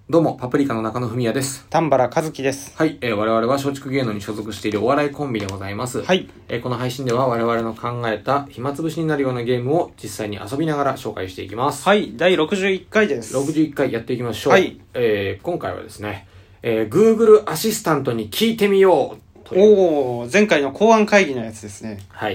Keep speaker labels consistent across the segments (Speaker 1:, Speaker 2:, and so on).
Speaker 1: どうも、パプリカの中野文也です。
Speaker 2: 丹原和樹です。
Speaker 1: はい、我々は松竹芸能に所属しているお笑いコンビでございます。
Speaker 2: はい。
Speaker 1: この配信では我々の考えた暇つぶしになるようなゲームを実際に遊びながら紹介していきます。
Speaker 2: はい、第61回です。
Speaker 1: 61回やっていきましょう。
Speaker 2: はい。
Speaker 1: 今回はですね、Google アシスタントに聞いてみようという。
Speaker 2: おー、前回の考案会議のやつですね。
Speaker 1: はい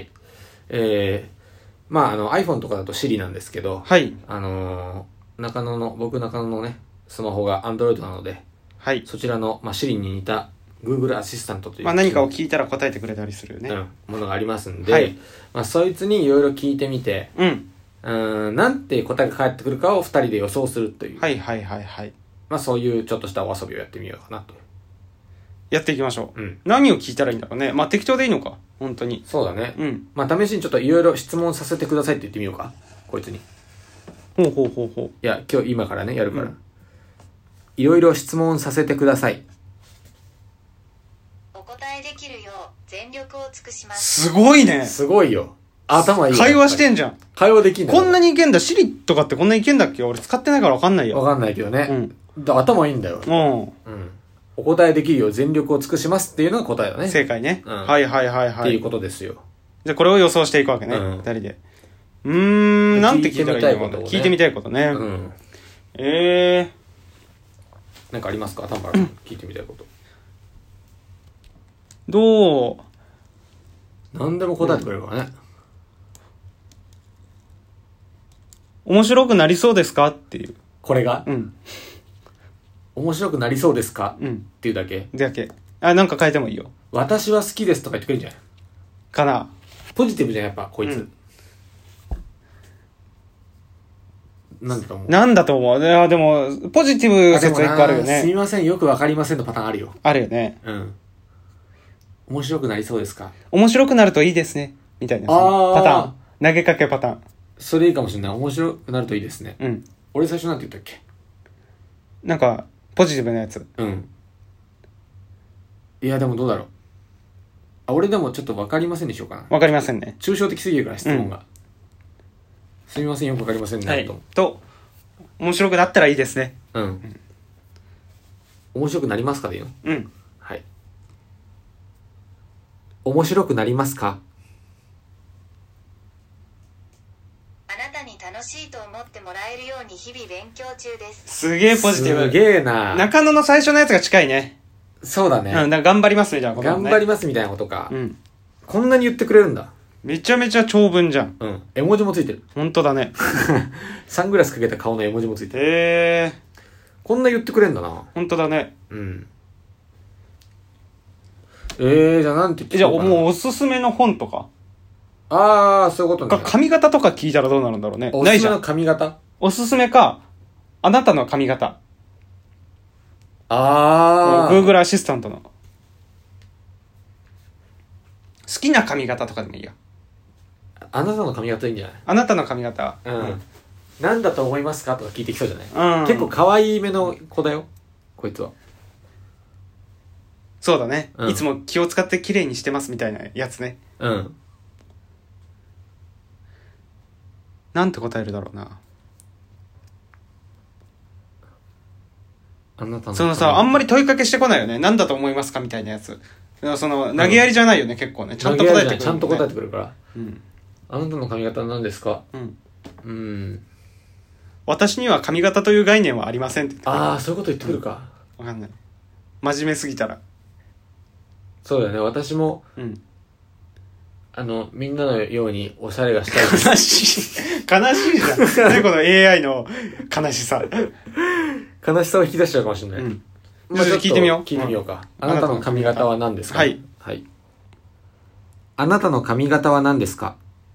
Speaker 1: 。iPhone とかだと Siri なんですけど、
Speaker 2: はい。
Speaker 1: 中野のね、スマホが Android なので、
Speaker 2: はい。
Speaker 1: そちらの、Siri に似た Google アシスタントという、
Speaker 2: 何かを聞いたら答えてくれたりするよね。
Speaker 1: ものがありますんで、
Speaker 2: はい。
Speaker 1: そいつにいろいろ聞いてみて、なんて答えが返ってくるかを二人で予想するという。
Speaker 2: はい。
Speaker 1: そういうちょっとしたお遊びをやってみようかなと。
Speaker 2: やっていきましょう。何を聞いたらいいんだろうね。適当でいいのか。本当に。
Speaker 1: そうだね。試しにちょっといろいろ質問させてくださいって言ってみようか。こいつに。
Speaker 2: ほう。
Speaker 1: いや、今からね、やるから。いろいろ質問させてください。
Speaker 3: お答えできるよう全力を尽くします。
Speaker 2: すごいね。
Speaker 1: すごいよ。頭いい。
Speaker 2: 会話してんじゃん。
Speaker 1: 会話できんだ。
Speaker 2: こんなにいけんだ。シリとかってこんなにいけんだっけ？俺使ってないからわかんないよ。
Speaker 1: わかんないけどね。頭いいんだよ。お答えできるよう全力を尽くしますっていうのが答えだね。
Speaker 2: 正解ね。はい。
Speaker 1: っていうことですよ。
Speaker 2: じゃあこれを予想していくわけね。二人で。なんて聞いたらいいのかな。聞いてみたいことね。
Speaker 1: なんかありますか？丹原さん、聞いてみたいこと。
Speaker 2: どう？
Speaker 1: 何でも答えてくれるからね。
Speaker 2: 面白くなりそうですかっていう。
Speaker 1: これが？面白くなりそうですか？っていうだけ。
Speaker 2: なんか変えてもいいよ。
Speaker 1: 私は好きですとか言ってくれるんじゃない
Speaker 2: かな。
Speaker 1: ポジティブじゃん、やっぱ、こいつ。なんだと思う？
Speaker 2: いや、でも、ポジティブ説は一個あるよね。
Speaker 1: すみません、よくわかりませんのパターンあるよ。
Speaker 2: あるよね。
Speaker 1: 面白くなりそうですか？
Speaker 2: 面白くなるといいですね。みたいなパターン。投げかけパターン。
Speaker 1: それいいかもしれない。面白くなるといいですね。俺最初なんて言ったっけ？
Speaker 2: なんか、ポジティブなやつ。
Speaker 1: いや、でもどうだろう。俺でもちょっとわかりませんでしょうかな。
Speaker 2: わかりませんね。
Speaker 1: 抽象的すぎるから、質問が。すみません、よくわかりませんね。
Speaker 2: 面白くなったらいいですね。
Speaker 1: 面白くなりますかでいいの？はい。面白くなりますか？
Speaker 3: あなたに楽しいと思ってもらえるように日々勉強中です。
Speaker 2: すげえポジティブ。
Speaker 1: すげえな。
Speaker 2: 中野の最初のやつが近いね。
Speaker 1: そうだね。
Speaker 2: 頑張りますみたいなことね。
Speaker 1: 頑張りますみたいなことか。こんなに言ってくれるんだ。
Speaker 2: めちゃめちゃ長文じゃん。
Speaker 1: 絵文字もついてる。
Speaker 2: 本当だね。
Speaker 1: サングラスかけた顔の絵文字もついてる。こんな言ってくれんだな。
Speaker 2: 本当だね。
Speaker 1: じゃあなんて言って
Speaker 2: じゃあもうおすすめの本とか。
Speaker 1: そういうことね。
Speaker 2: 髪型とか聞いたらどうなるんだろうね。
Speaker 1: おすすめの髪型？
Speaker 2: おすすめか、あなたの髪型。Google アシスタントの。好きな髪型とかでもいいや。
Speaker 1: あなたの髪型いいんじゃない？
Speaker 2: あなたの髪型。
Speaker 1: なんだと思いますかとか聞いてきそうじゃない？結構可愛い目の子だよ、こいつは。
Speaker 2: そうだね。いつも気を使って綺麗にしてますみたいなやつね。なんて答えるだろうな。あんまり問いかけしてこないよね。なんだと思いますかみたいなやつ。投げやりじゃないよね、結構ね。ちゃんと答えてくる。
Speaker 1: ちゃんと答えてくるから。あなたの髪型は何ですか？
Speaker 2: 私には髪型という概念はありませんって言ってくる。
Speaker 1: そういうこと言ってくるか。
Speaker 2: わかんない。真面目すぎたら。
Speaker 1: そうだよね、私も、みんなのようにおしゃれがしたいです。
Speaker 2: 悲しいじゃん。ね、この AI の悲しさ。
Speaker 1: 悲しさを引き出しちゃうかもしれない。
Speaker 2: 聞いてみよう。
Speaker 1: 聞いてみようか。あなたの髪型は何ですか？はい。あなたの髪型は何ですか？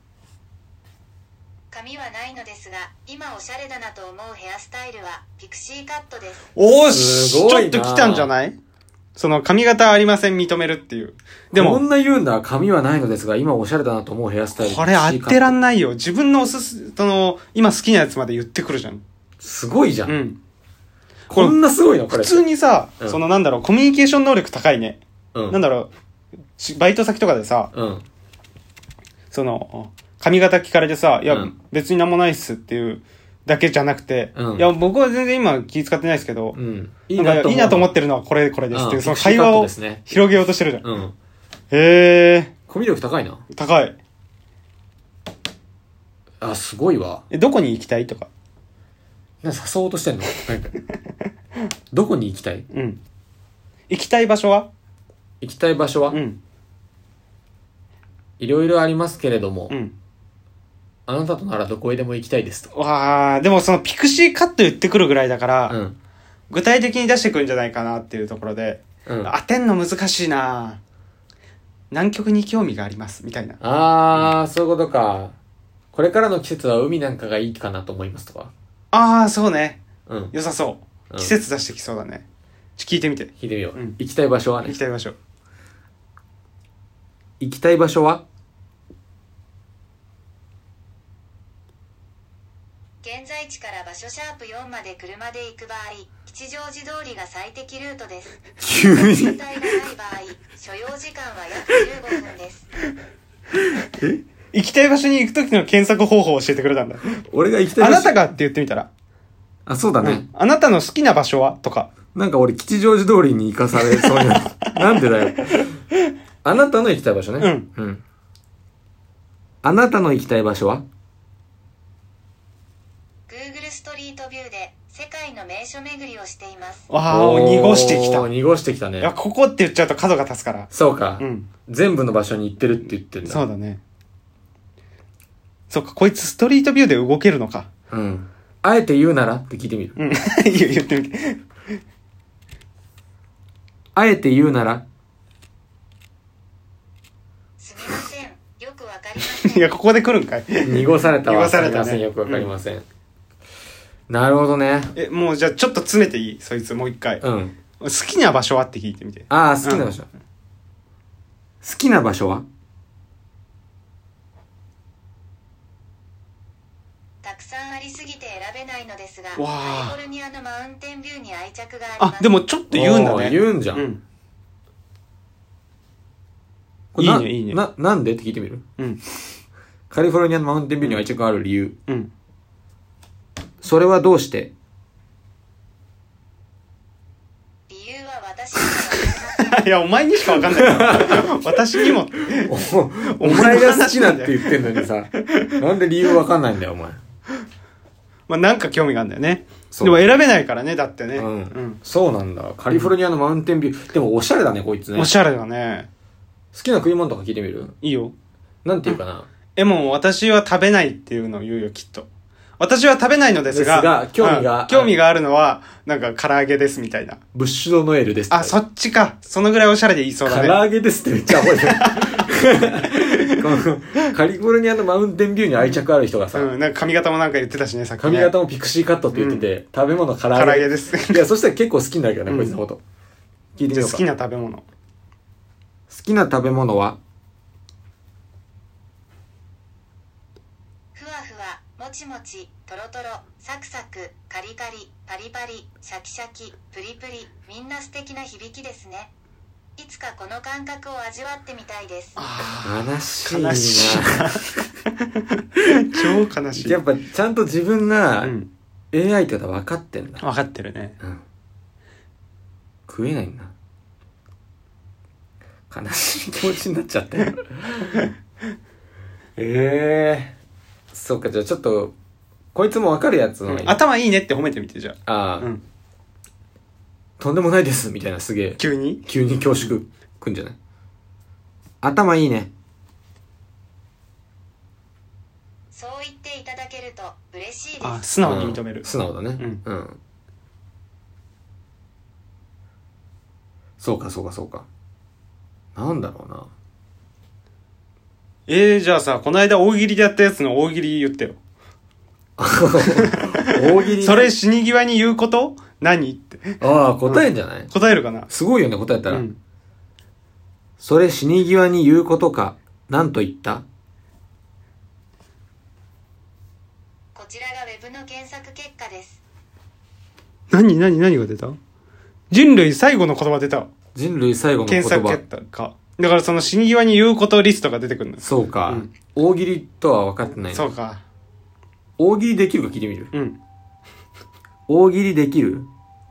Speaker 3: 髪はないのですが、今おしゃれだなと思うヘアスタイルはピクシーカットです。
Speaker 2: おーし、ちょっと来たんじゃない？その髪型ありません認めるっていう。
Speaker 1: でもこんな言うんだ。髪はないのですが今おしゃれだなと思うヘアスタイル。
Speaker 2: これ当てらんないよ。自分の今好きなやつまで言ってくるじゃん。
Speaker 1: すごいじゃん。こんなすごいのこれ。
Speaker 2: 普通にさ、コミュニケーション能力高いね。バイト先とかでさ、髪型聞かれてさ、いや、別になんもないっすっていうだけじゃなくて、
Speaker 1: うん
Speaker 2: いや、僕は全然今気遣ってないですけど、
Speaker 1: うん。
Speaker 2: いいなと思ってるのはこれですっていう、その会話を
Speaker 1: ですね。
Speaker 2: 広げようとしてるじゃん。
Speaker 1: うん。
Speaker 2: へえ、
Speaker 1: コミュ力高いな。
Speaker 2: 高い。
Speaker 1: あ、すごいわ。
Speaker 2: どこに行きたいとか。
Speaker 1: 誘おうとしてんのなんかどこに行きたい？
Speaker 2: うん。行きたい場所は？
Speaker 1: 行きたい場所は、
Speaker 2: うん。
Speaker 1: いろいろありますけれども、
Speaker 2: うん。
Speaker 1: あなたとならどこへでも行きたいですと。
Speaker 2: わあ、でもそのピクシーカット言ってくるぐらいだから、
Speaker 1: うん。
Speaker 2: 具体的に出してくるんじゃないかなっていうところで、
Speaker 1: うん。
Speaker 2: 当てんの難しいな。南極に興味がありますみたいな。
Speaker 1: そういうことか。これからの季節は海なんかがいいかなと思いますとか。
Speaker 2: ああ、そうね。
Speaker 1: うん。
Speaker 2: 良さそう。
Speaker 1: うん
Speaker 2: 季節出してきそうだね。聞いてみて。
Speaker 1: 聞いてみよう。
Speaker 2: うん
Speaker 1: 行きたい場所はね
Speaker 2: 行き。たい場所。
Speaker 1: 行きたい場所は
Speaker 3: 現在地から場所#4まで車で行く場合、吉祥寺通りが最適ルートです。
Speaker 1: 急に
Speaker 3: 渋滞がない場合、所要時間は約15分です。
Speaker 2: 行きたい場所に行くときの検索方法を教えてくれたんだ。
Speaker 1: 俺が行きたい場所。
Speaker 2: あなたがって言ってみたら。
Speaker 1: あ、そうだね。
Speaker 2: うんあなたの好きな場所はとか。
Speaker 1: なんか俺吉祥寺通りに行かされそうになる。なんでだよ。あなたの行きたい場所ね。うん。あなたの行きたい場所は
Speaker 3: Google ストリートビューで世界の名所巡りをしています。
Speaker 2: わあ、濁してきた。い
Speaker 1: 濁してきたね。
Speaker 2: や、ここって言っちゃうと角が立つから。
Speaker 1: そうか。
Speaker 2: うん。
Speaker 1: 全部の場所に行ってるって言ってるんだ。
Speaker 2: そうだね。そっか、こいつストリートビューで動けるのか。
Speaker 1: うん。あえて言うならって聞いてみる。
Speaker 2: うん。言ってみて。
Speaker 1: あえて言うなら
Speaker 3: すみません。よくわかりません。
Speaker 2: いや、ここで来るんかい。
Speaker 1: 濁されたわ。
Speaker 2: 濁されたね
Speaker 1: すいません。よくわかりません。なるほどね。
Speaker 2: もうじゃあちょっと詰めていいそいつもう一回。
Speaker 1: うん。
Speaker 2: 好きな場所はって聞いてみて。
Speaker 1: 好きな場所。好きな場所は
Speaker 3: たくさんありすぎて選べないのですが、
Speaker 2: わあ
Speaker 3: カリフォルニアのマウンテンビューに愛着があります。
Speaker 2: でもちょっと言うんだね。
Speaker 1: 言うんじゃん。
Speaker 2: うん。
Speaker 1: これ
Speaker 2: いいね、いいね。
Speaker 1: なんでって聞いてみる？
Speaker 2: うん。
Speaker 1: カリフォルニアのマウンテンビューに愛着がある理由。
Speaker 2: うん。
Speaker 1: それはどうして
Speaker 3: 理由は私にはわかりません。
Speaker 2: いや、お前にしかわかんないから。私にも。
Speaker 1: お前が好きだって言ってんのにさ、なんで理由わかんないんだよ、お前。
Speaker 2: まあ、なんか興味があるんだよね。
Speaker 1: そう
Speaker 2: でも選べないからね、だってね。
Speaker 1: うん。そうなんだ。カリフォルニアのマウンテンビュー。でもおしゃれだね、こいつね。
Speaker 2: おしゃれだね。
Speaker 1: 好きな食い物とか聞いてみる？
Speaker 2: いいよ。
Speaker 1: なんて言うかな。
Speaker 2: もう私は食べないっていうのを言うよ、きっと。私は食べないのですが、
Speaker 1: 興味が
Speaker 2: あるのは、なんか唐揚げですみたいな。
Speaker 1: ブッシュドノエルですって。
Speaker 2: そっちか。そのぐらいおしゃれで言いそうだね。
Speaker 1: 唐揚げですってめっちゃ覚えてる。このカリフォルニアのマウンテンビューに愛着ある人がさ、
Speaker 2: なんか髪型もなんか言ってたしね、さっきね。
Speaker 1: 髪型もピクシーカットって言ってて、食べ物唐揚げ。
Speaker 2: 唐揚げです。
Speaker 1: いや、そしたら結構好きになるけどね、こいつのこと。聞いてみようか。
Speaker 2: 好きな食べ物。
Speaker 1: 好きな食べ物は
Speaker 3: ふわふわ、もちもち、とろとろ、サクサク、カリカリ、パリパリ、シャキシャキ、プリプリ、みんな素敵な響きですね。いつかこの感覚を味わってみたいです。
Speaker 1: 悲しいな。
Speaker 2: 悲しい超悲しい。
Speaker 1: やっぱちゃんと自分が
Speaker 2: うん。
Speaker 1: AI ってことは分かってんだ。
Speaker 2: 分かってるね。
Speaker 1: うん。食えないんだ。悲しい気持ちになっちゃったよ。そうか、じゃあちょっと、こいつも分かるやつの、
Speaker 2: 頭いいねって褒めてみて、じゃあ。うん。
Speaker 1: とんでもないです、みたいなすげえ。
Speaker 2: 急に
Speaker 1: 恐縮くんじゃない？頭いいね。
Speaker 3: そう言っていただけると嬉しいです。
Speaker 2: 素直に認める。
Speaker 1: 素直だね。うん。そうか。なんだろうな。
Speaker 2: じゃあさ、この間大喜利でやったやつの大喜利言ってよ。
Speaker 1: 大喜利、ね、
Speaker 2: それ死に際に言うこと何って。
Speaker 1: 答えんじゃない？
Speaker 2: 答えるかな。
Speaker 1: すごいよね、答えたら。
Speaker 2: うん。
Speaker 1: それ死に際に言うことか、なんと言った？
Speaker 3: こちらがウェブの検索結果です。
Speaker 2: 何が出た？人類最後の言葉出た。
Speaker 1: 人類最後の言葉。
Speaker 2: 検索結果か。だからその死に際に言うことリストが出てくるんです。
Speaker 1: そうか。大喜利とは分かってない。
Speaker 2: そうか。
Speaker 1: 大喜利できるか聞いてみる？
Speaker 2: うん。
Speaker 1: 大喜利できる？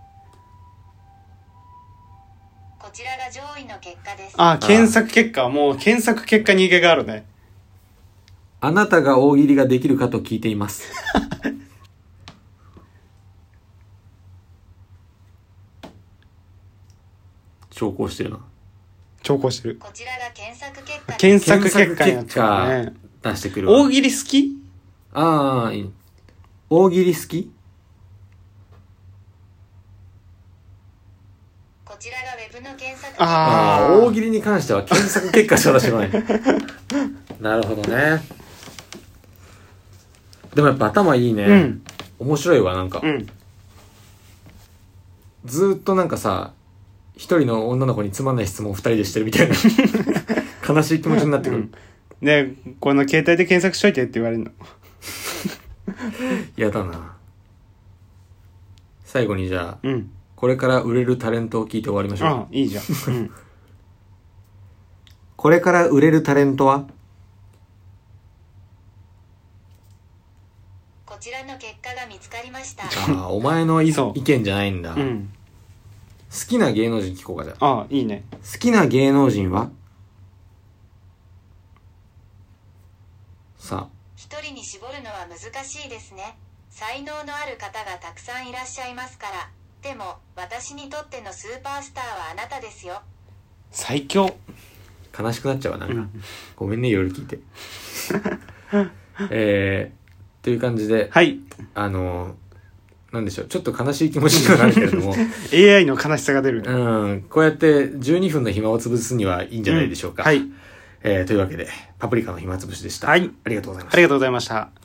Speaker 3: こちらが上位の結果です。
Speaker 2: あ、検索結果。もう検索結果に逃げがあるね。
Speaker 1: あなたが大喜利ができるかと聞いています。長考してるな。
Speaker 2: 長考してる。
Speaker 3: こちらが検索結果です。
Speaker 2: 検索結果になっちゃうね。
Speaker 1: 出してくるわ。
Speaker 2: 大喜利好き？
Speaker 1: ああ、いい。大喜利好き？
Speaker 3: こちらがウェブの検索結果。
Speaker 1: ああ、大喜利に関しては検索結果しか出してこない。なるほどね。でもやっぱ頭いいね。
Speaker 2: うん。
Speaker 1: 面白いわ、なんか。
Speaker 2: うん。
Speaker 1: ずーっとなんかさ、一人の女の子につまんない質問を二人でしてるみたいな。悲しい気持ちになってくる。
Speaker 2: うんで、この携帯で検索しといてって言われるの。
Speaker 1: やだな。最後にじゃあ、
Speaker 2: うん。
Speaker 1: これから売れるタレントを聞いて終わりましょう。
Speaker 2: ああ、いいじゃん。うん。
Speaker 1: これから売れるタレントは？
Speaker 3: こちらの結果が見つかりました。
Speaker 1: ああ、お前の意
Speaker 2: そう
Speaker 1: 見じゃないんだ。
Speaker 2: うん。
Speaker 1: 好きな芸能人聞こうかじゃあ。
Speaker 2: ああ、いいね。
Speaker 1: 好きな芸能人は？さあ。
Speaker 3: 一人に絞るのは難しいですね。才能のある方がたくさんいらっしゃいますから。でも、私にとってのスーパースターはあなたですよ。
Speaker 2: 最強。
Speaker 1: 悲しくなっちゃうわ、なんか。
Speaker 2: うん
Speaker 1: ごめんね、いろいろ聞いて。という感じで、
Speaker 2: はい。
Speaker 1: なんでしょう、ちょっと悲しい気持ちにはなるけれども、
Speaker 2: AI の悲しさが出るね。
Speaker 1: うん、こうやって12分の暇を潰すにはいいんじゃないでしょうか。
Speaker 2: はい。
Speaker 1: というわけで、パプリカの暇つぶしでした。
Speaker 2: はい。
Speaker 1: ありがとうございました。
Speaker 2: ありがとうございました。